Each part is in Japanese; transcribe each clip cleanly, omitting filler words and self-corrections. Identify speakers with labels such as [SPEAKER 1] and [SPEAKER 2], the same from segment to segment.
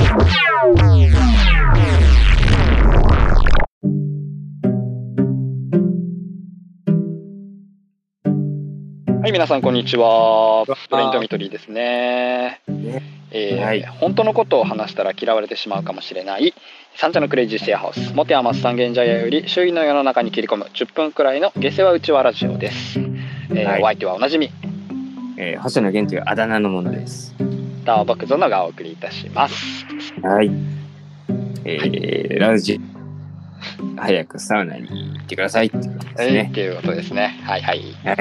[SPEAKER 1] はい、皆さんこんにちは。ドレインドミトリーですね。はい、本当のことを話したら嫌われてしまうかもしれない三茶のクレイジーシェアハウスモテアマス三軒茶屋より周囲の世の中に切り込む10分くらいの下世話うちわラジオです。お相手はおなじみ、
[SPEAKER 2] 星野源というあだ名のものです。
[SPEAKER 1] タオバクゾノがお送りいたします。
[SPEAKER 2] はい。ラジオ早くサウナに行ってくださいっていうことですね。
[SPEAKER 1] っていうことですね。はいはい。
[SPEAKER 2] はい、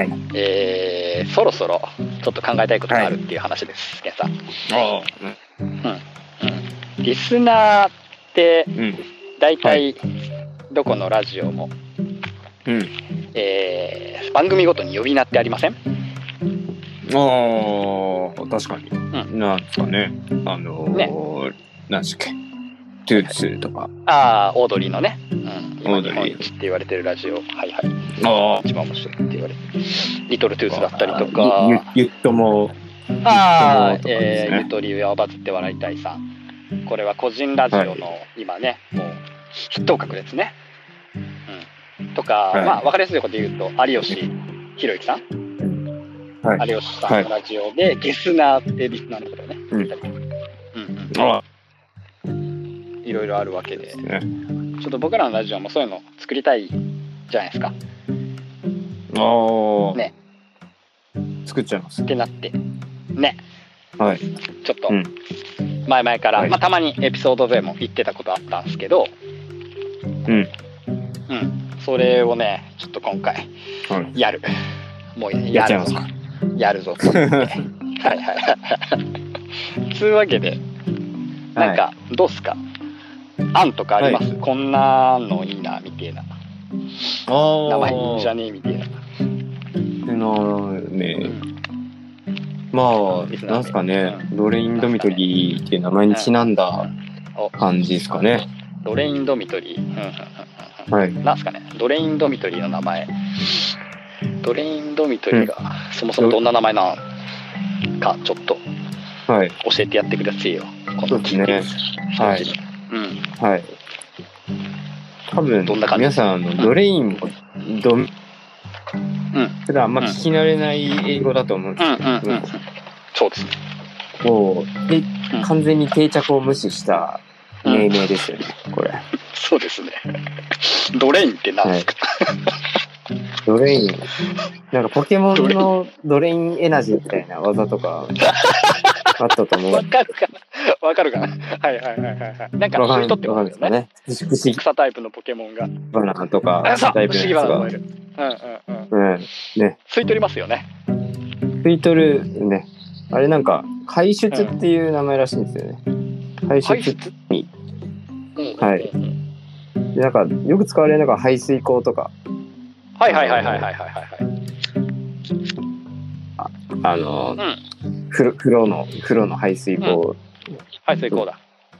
[SPEAKER 1] そろそろちょっと考えたいことがあるっていう話です、皆さん。リスナーって大体どこのラジオも、番組ごとに呼び名ってありません？
[SPEAKER 2] 確かに。なんですかね。なんですっけ。トゥーツとか。
[SPEAKER 1] オードリーのね。今日本一って言われてるラジオ。はいはい。一番面白いって言われてる。リトルトゥースだったりとか。
[SPEAKER 2] ゆっとも。
[SPEAKER 1] ゆとりはバズって笑いたいさん。これは個人ラジオの今ね、もう筆頭格ですね。とか、まあ分かりやすいことで言うと有吉弘行さん。有吉さんのラジオでゲスナーってリスナーのことをね言ったり。いろいろあるわけで、ちょっと僕らのラジオもそういうの作りたいじゃないですか。ね。
[SPEAKER 2] 作っちゃいます。
[SPEAKER 1] ってなってね。
[SPEAKER 2] はい。
[SPEAKER 1] ちょっと前々から、まあたまにエピソードでも言ってたことあったんですけど、それをねちょっと今回やる。もうやるぞ。やるぞ。つうわけでなんかどうっすか？案とかあります？こんなのいいなみたいな。名前いいんじゃねえみたいな。
[SPEAKER 2] まあなんすかね、ドレインドミトリーっていう名前にちなんだ感じですかね。
[SPEAKER 1] ドレインドミトリー。なんすかね。ドレインドミトリーの名前。ドレインドミトリーがそもそもどんな名前なのかちょっと教えてやってくださいよ。
[SPEAKER 2] そうですね。はい。多分皆さんドレインも普段あんま聞き慣れない英語だと思うんですけど、
[SPEAKER 1] そうですね。
[SPEAKER 2] もう完全に定着を無視した命名ですよね、これ。
[SPEAKER 1] そうですね。ドレインって何ですか？
[SPEAKER 2] ドレイン、なんかポケモンのドレインエナジーみたいな技とかあったと思う。
[SPEAKER 1] わかるかな。はい。なんか吸い取ってますよね。草タイプのポケモンが。
[SPEAKER 2] バナナとかタイプのやつが。ね。
[SPEAKER 1] 吸い取りますよね。
[SPEAKER 2] 吸い取るね。あれなんか排出っていう名前らしいんですよね。排出に。はい。でなんかよく使われるのが排水口とか。
[SPEAKER 1] はい。
[SPEAKER 2] 風呂の排水口。
[SPEAKER 1] 排水口だ。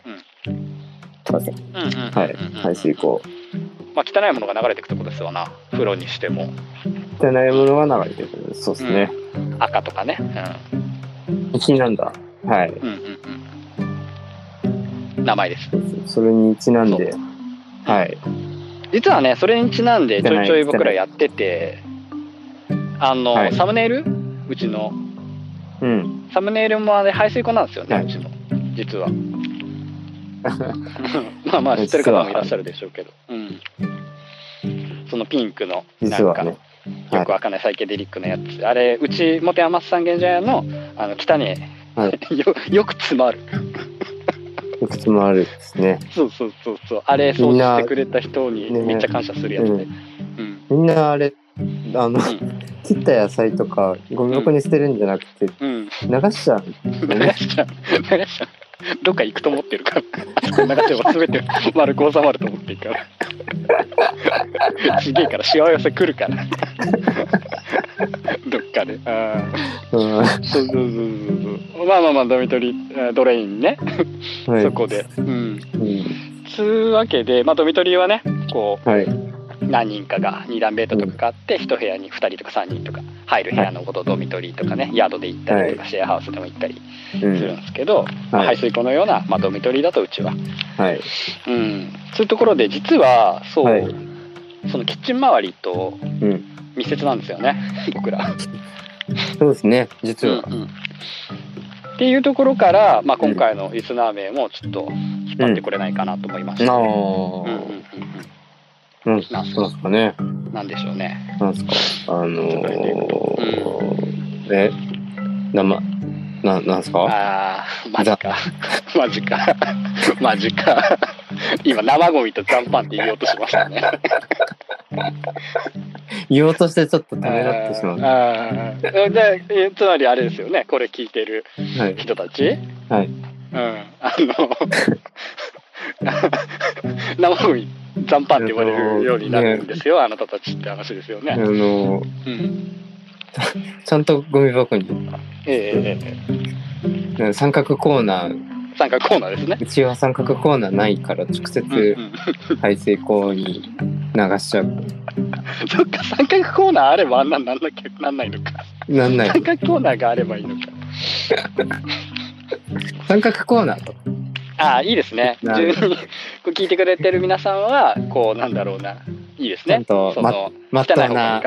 [SPEAKER 2] はい、排水口。
[SPEAKER 1] まあ汚いものが流れてくってことですわな。風呂にしても。
[SPEAKER 2] 汚いものが流れてくる。そうですね。
[SPEAKER 1] 赤とかね。
[SPEAKER 2] 気なんだ。はい。
[SPEAKER 1] 名前です。
[SPEAKER 2] それにちなんで、はい。
[SPEAKER 1] 実はね、それにちなんでちょいちょい僕らやってて、サムネイルうちの、サムネイルも排水口なんですよね、うちの実は。まあ知ってる方もいらっしゃるでしょうけど、そのピンクのなんか、よくわかんないサイケデリックなやつ、あれうちモテアマス三軒茶屋の汚ねよく詰まる。
[SPEAKER 2] よく詰まるですね。
[SPEAKER 1] そうあれ掃除してくれた人にめっちゃ感謝するやつで、
[SPEAKER 2] みんなあれ切った野菜とかゴミ箱に捨てるんじゃなくて、流しちゃう、
[SPEAKER 1] 流しちゃうどっか行くと思ってるから流せば全て丸く収まると思ってるからすげえからしわ寄せ来るからどっかでそうまあドミトリドレインねそこでつうわけで、まあ、ドミトリーはねこう、 何人かが2段ベッドとかがあって1部屋に2人とか3人とか入る部屋のことをドミトリーとかね、宿で行ったりとかシェアハウスでも行ったりするんですけど、排水溝のような、ドミトリーだとうちは、そういうところで実はそう、そのキッチン周りと密接なんですよね、僕ら。
[SPEAKER 2] そうですね、実は。
[SPEAKER 1] っていうところから、今回のリスナー名もちょっと引っ張ってこれないかなと思いました。
[SPEAKER 2] なんですかね。
[SPEAKER 1] なんでしょうね。
[SPEAKER 2] なんですか。なんすか。
[SPEAKER 1] マジか。今生ゴミと残飯って言おうとしましたね。
[SPEAKER 2] 言おうとしてちょっとためらってしまう。
[SPEAKER 1] で、つまりあれですよね。これ聞いてる人たち。生ゴミ残飯って言われるようになるんですよ、あなたたちって話ですよね。
[SPEAKER 2] ちゃんとゴミ箱に三角コーナーですね。うちは三角コーナーないから直接排水溝に流しちゃう。
[SPEAKER 1] そっか、三角コーナーあればあんなんなんないのか。
[SPEAKER 2] なんない。
[SPEAKER 1] 三角コーナーがあればいいのか。
[SPEAKER 2] 三角コーナーと。
[SPEAKER 1] いいですね。聞いてくれてる皆さんはこうなんだろうな、いいですね。
[SPEAKER 2] ちゃんとまっとうな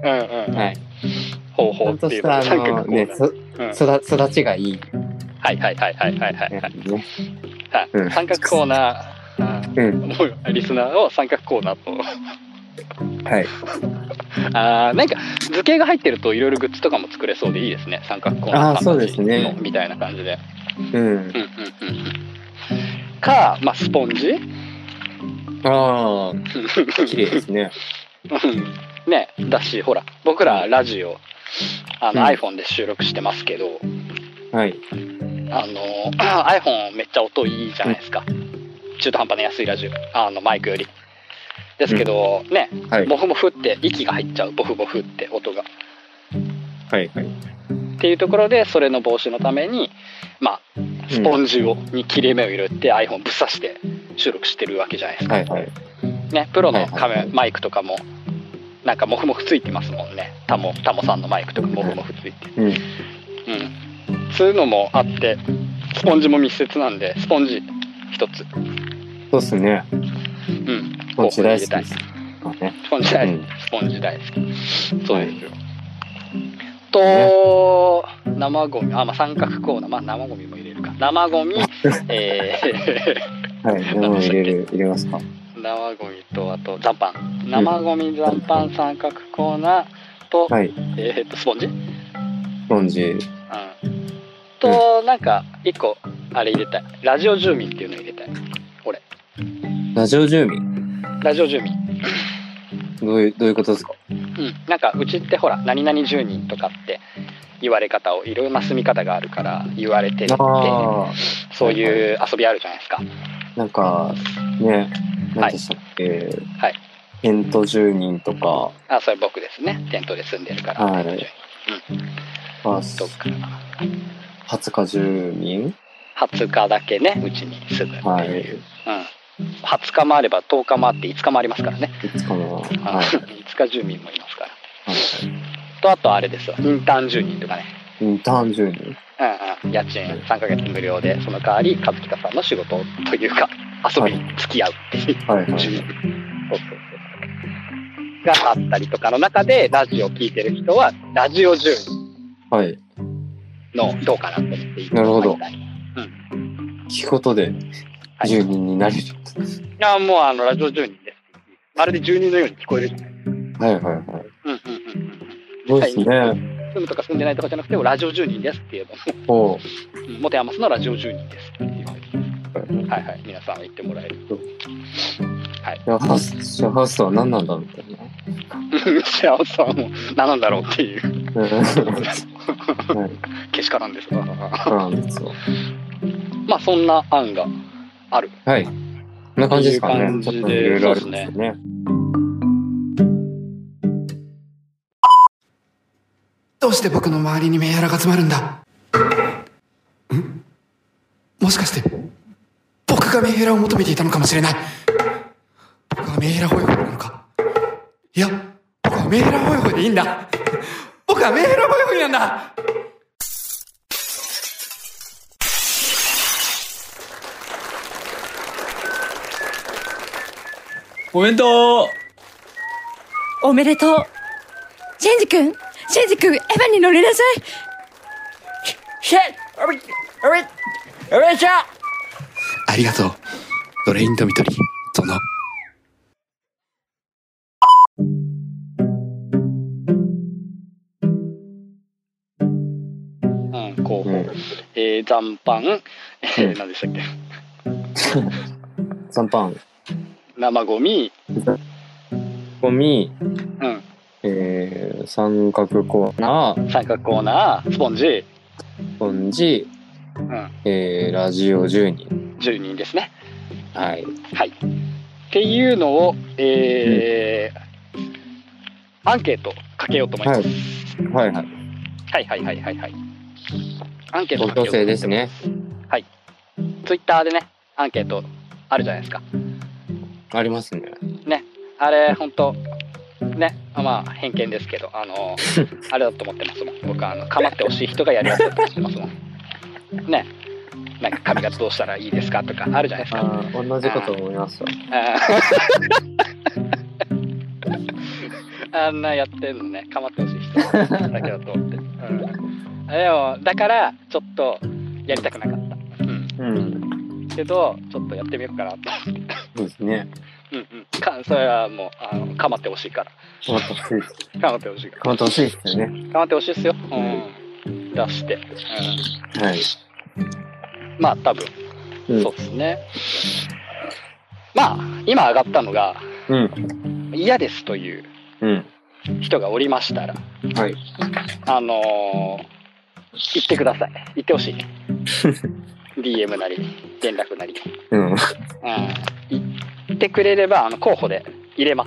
[SPEAKER 2] 方法っていうの三角コーナー。育ちがいい。
[SPEAKER 1] 三角コーナー、リスナーを三角コーナーと。なんか図形が入ってるといろいろグッズとかも作れそうでいいですね。三角コーナー
[SPEAKER 2] そうですね
[SPEAKER 1] みたいな感じで。か、スポンジ。
[SPEAKER 2] 綺麗ですね。
[SPEAKER 1] ね、だし、ほら、僕らラジオiPhone で収録してますけど、iPhone めっちゃ音いいじゃないですか。中途半端な安いラジオ、マイクより。ですけどね、ボフボフって息が入っちゃう、ボフボフって音が。っていうところで、それの防止のために、スポンジに切れ目を入れて iPhone ぶっ刺して収録してるわけじゃないですか。ね、プロのマイクとかもなんかモフモフついてますもんね。タモさんのマイクとかモフモフついて、そういうのもあって、スポンジも密接なんで、スポンジ一つ。
[SPEAKER 2] そうっすね。スポンジ大好きです。
[SPEAKER 1] スポンジ大好き。そうですよ。と、生ゴミ、三角コーナー、生ゴミも入れるか。生ゴミ、
[SPEAKER 2] 生ゴミ入れますか。
[SPEAKER 1] 生ゴミと、あと残飯。生ゴミ、残飯、三角コーナーと、スポンジ。
[SPEAKER 2] スポンジ。
[SPEAKER 1] と、なんか、一個、あれ入れたい。ラジオ住民っていうの入れたい。俺。
[SPEAKER 2] ラジオ住民。どういうことですか。
[SPEAKER 1] なんかうちってほら何々住人とかって言われ方をいろんな住み方があるから言われてるって、そういう遊びあるじゃないですか。なんか
[SPEAKER 2] ね、何でしたっけ。テント住人とか。
[SPEAKER 1] それ僕ですね。テントで住んでるから。
[SPEAKER 2] 20日住民。
[SPEAKER 1] 20日だけね、うちに住むっていう。20日もあれば10日もあって5日もありますからね。5日住民もいますから。と、あとあれですわ、インターン住人とかね。
[SPEAKER 2] インターン住人。
[SPEAKER 1] 家賃3ヶ月無料で、その代わり和北さんの仕事というか遊びに付き合うっていう住人があったりとかの中で、ラジオ聞いてる人はラジオ住人のどうかなと思っていただきたい。なるほど。
[SPEAKER 2] 聞くことで住人になれる。
[SPEAKER 1] もうラジオ住人です。まるで住人のように聞こえるじゃない。
[SPEAKER 2] そうですね。
[SPEAKER 1] 住むとか住んでないとかじゃなくてもラジオ住人ですって言えばもうモテアマスのラジオ住人ですっていう皆さんは言ってもらえると。
[SPEAKER 2] シェアハウスとは何なんだろうみたい
[SPEAKER 1] な。シェアハウスはもう何なんだろうっていう。けしからんですが。そんな案がある。
[SPEAKER 2] こんな感じですかね。ちょっといろいろあるんですよね。
[SPEAKER 3] どうして僕の周りにメンヘラが集まるんだ。もしかして僕がメンヘラを求めていたのかもしれない。僕はメンヘラ保育なのか。 いや、僕はメンヘラホイホイでいいんだ。僕はメンヘラホイホイなんだ。
[SPEAKER 4] おめでとう。
[SPEAKER 5] おめでとう。シンジ君、エヴァに乗りなさい。
[SPEAKER 3] ありがとう、ドレインドミトリー殿。
[SPEAKER 1] 候補、残飯、何でしたっけ
[SPEAKER 2] 残飯、
[SPEAKER 1] 生ゴミ、
[SPEAKER 2] ゴミ、
[SPEAKER 1] うん、
[SPEAKER 2] 三角コーナー、
[SPEAKER 1] スポンジ、
[SPEAKER 2] うん、ラジオ10人。
[SPEAKER 1] 10人ですね。
[SPEAKER 2] はい。
[SPEAKER 1] はい。っていうのを、アンケートかけようと思います。
[SPEAKER 2] はい。
[SPEAKER 1] アンケートかけようと思います。
[SPEAKER 2] 高校生ですね。
[SPEAKER 1] はい。ツイッターでね、アンケートあるじゃないですか。
[SPEAKER 2] ありますね。
[SPEAKER 1] ね、あれ本当ね、まあ偏見ですけど、あれだと思ってますもん。僕は構ってほしい人がやるやつだと思ってますもん。ね、なんか髪型どうしたらいいですかとかあるじゃないですか。
[SPEAKER 2] 同じこと思いますわ。
[SPEAKER 1] あんなやってんのね、構ってほしい人だけだと思って。でもだからちょっとやりたくなかった。けどちょっとやってみようかなと思って。
[SPEAKER 2] そうですね。
[SPEAKER 1] それはもう構ってほしいから。
[SPEAKER 2] 構ってほしいですよね。
[SPEAKER 1] 構ってほしいですよ。出して。
[SPEAKER 2] はい。
[SPEAKER 1] まあ多分、そうですね。まあ今上がったのが、嫌ですという人がおりましたら、
[SPEAKER 2] はい。
[SPEAKER 1] 言ってください。言ってほしい。DM なり連絡なり。言ってくれれば候補で入れます。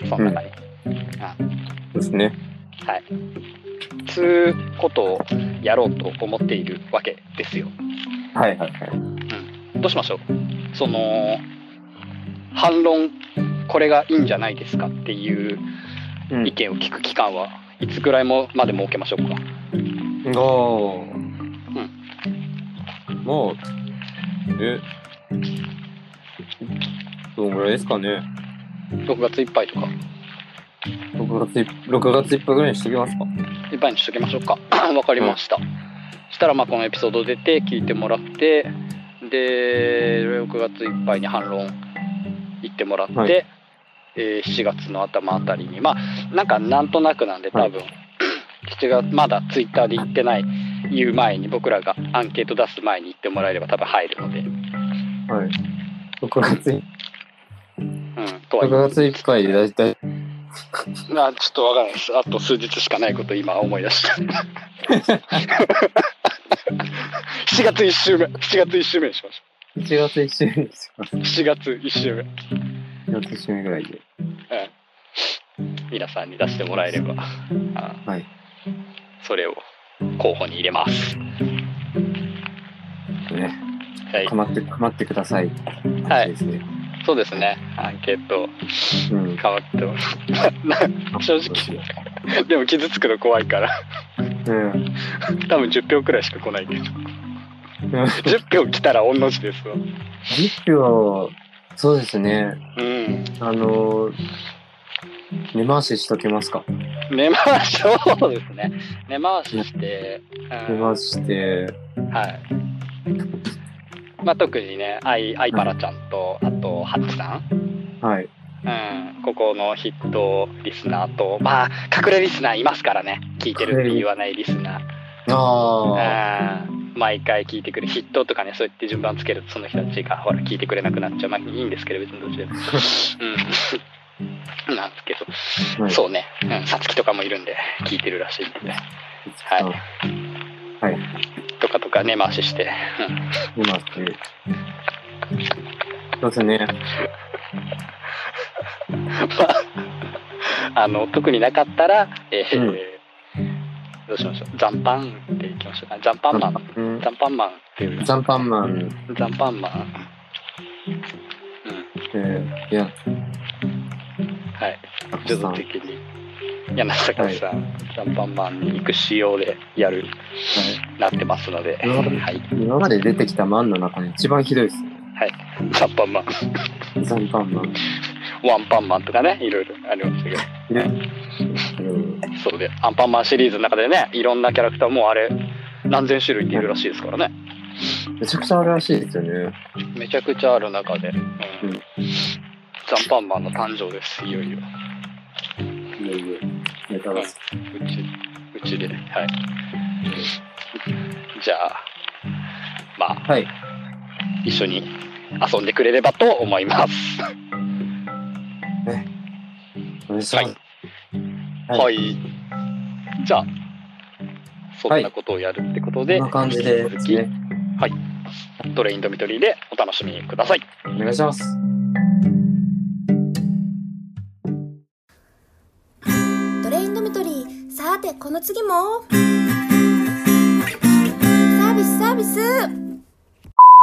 [SPEAKER 1] その中に。
[SPEAKER 2] そうですね。
[SPEAKER 1] はい。つうことをやろうと思っているわけですよ。
[SPEAKER 2] はい。
[SPEAKER 1] どうしましょう。その反論、これがいいんじゃないですかっていう意見を聞く期間はいつぐらいまで設けましょうか。
[SPEAKER 2] もうどのぐらいですかね。
[SPEAKER 1] 6月いっぱいとか。
[SPEAKER 2] 6月いっぱいぐらいにしときますか。
[SPEAKER 1] いっぱいにしときましょうか。わかりました。そしたらこのエピソード出て聞いてもらって、で6月いっぱいに反論言ってもらって、7月の頭あたりになんとなくなんで多分、7月まだツイッターで言ってない言う前に僕らがアンケート出す前に言ってもらえれば多分入るので、
[SPEAKER 2] はい、6月いっぱいでだいたいちょ
[SPEAKER 1] っとわからないです。あと数日しかないこと今思い出した。7月1週目にしましょう。
[SPEAKER 2] 7月1週目にします。
[SPEAKER 1] 7月1週目。
[SPEAKER 2] 7月1週目ぐらいで。
[SPEAKER 1] 皆さんに出してもらえれば、
[SPEAKER 2] はい。
[SPEAKER 1] それを候補に入れます。
[SPEAKER 2] ね。
[SPEAKER 1] はい。
[SPEAKER 2] かまってください。
[SPEAKER 1] はい。そうですね。アンケート変わっても正直でも傷つくの怖いから多分10票くらいしか来ないけど10票来たら御の字ですわ。
[SPEAKER 2] 10票、そうですね。根回ししときますか。
[SPEAKER 1] そうですね。根回しして、はい。特にね、アイパラちゃんと、あとハッチさん、
[SPEAKER 2] はい。
[SPEAKER 1] ここのヒットリスナーと、隠れリスナーいますからね。聞いてるって言わないリスナー。毎回聞いてくれ、ヒットとかね、そうやって順番つけるとその人たちが聞いてくれなくなっちゃう。いいんですけど、別にどっちでも。なんですけど、そうね、さつきとかもいるんで聞いてるらしいんで、はい。とか根回しして、
[SPEAKER 2] 根回し。そうですね。
[SPEAKER 1] 特になかったら、どうしましょう。残飯っていきましょうか。残飯マンっていう。
[SPEAKER 2] 残飯マン。
[SPEAKER 1] いや。 はい、徐々的に柳坂さん、アンパンマンに行く仕様でやる、なってますので、はい、
[SPEAKER 2] 今まで出てきたマンの中で一番ひどいですね。
[SPEAKER 1] はい、ザンパンマン、
[SPEAKER 2] ザンパンマン、
[SPEAKER 1] ワンパンマンとかね、いろいろありましたけど、そうで、アンパンマンシリーズの中でね、いろんなキャラクターもあれ何千種類っているらしいですからね。
[SPEAKER 2] めちゃくちゃあるらしいですよね。
[SPEAKER 1] めちゃくちゃある中で、ザンパンマンの誕生です、いよいよ。
[SPEAKER 2] ネタバス。
[SPEAKER 1] うちで、はい。じゃあ、まあ、
[SPEAKER 2] はい、
[SPEAKER 1] 一緒に遊んでくれればと思います。
[SPEAKER 2] お願いします。
[SPEAKER 1] はい。じゃあ、そんなことをやるってことで、
[SPEAKER 2] こんな感じでですね。
[SPEAKER 1] はい。トレインドミトリーでお楽しみください。
[SPEAKER 2] お願いします。
[SPEAKER 5] トレインドミトリー、さてこの次もサービス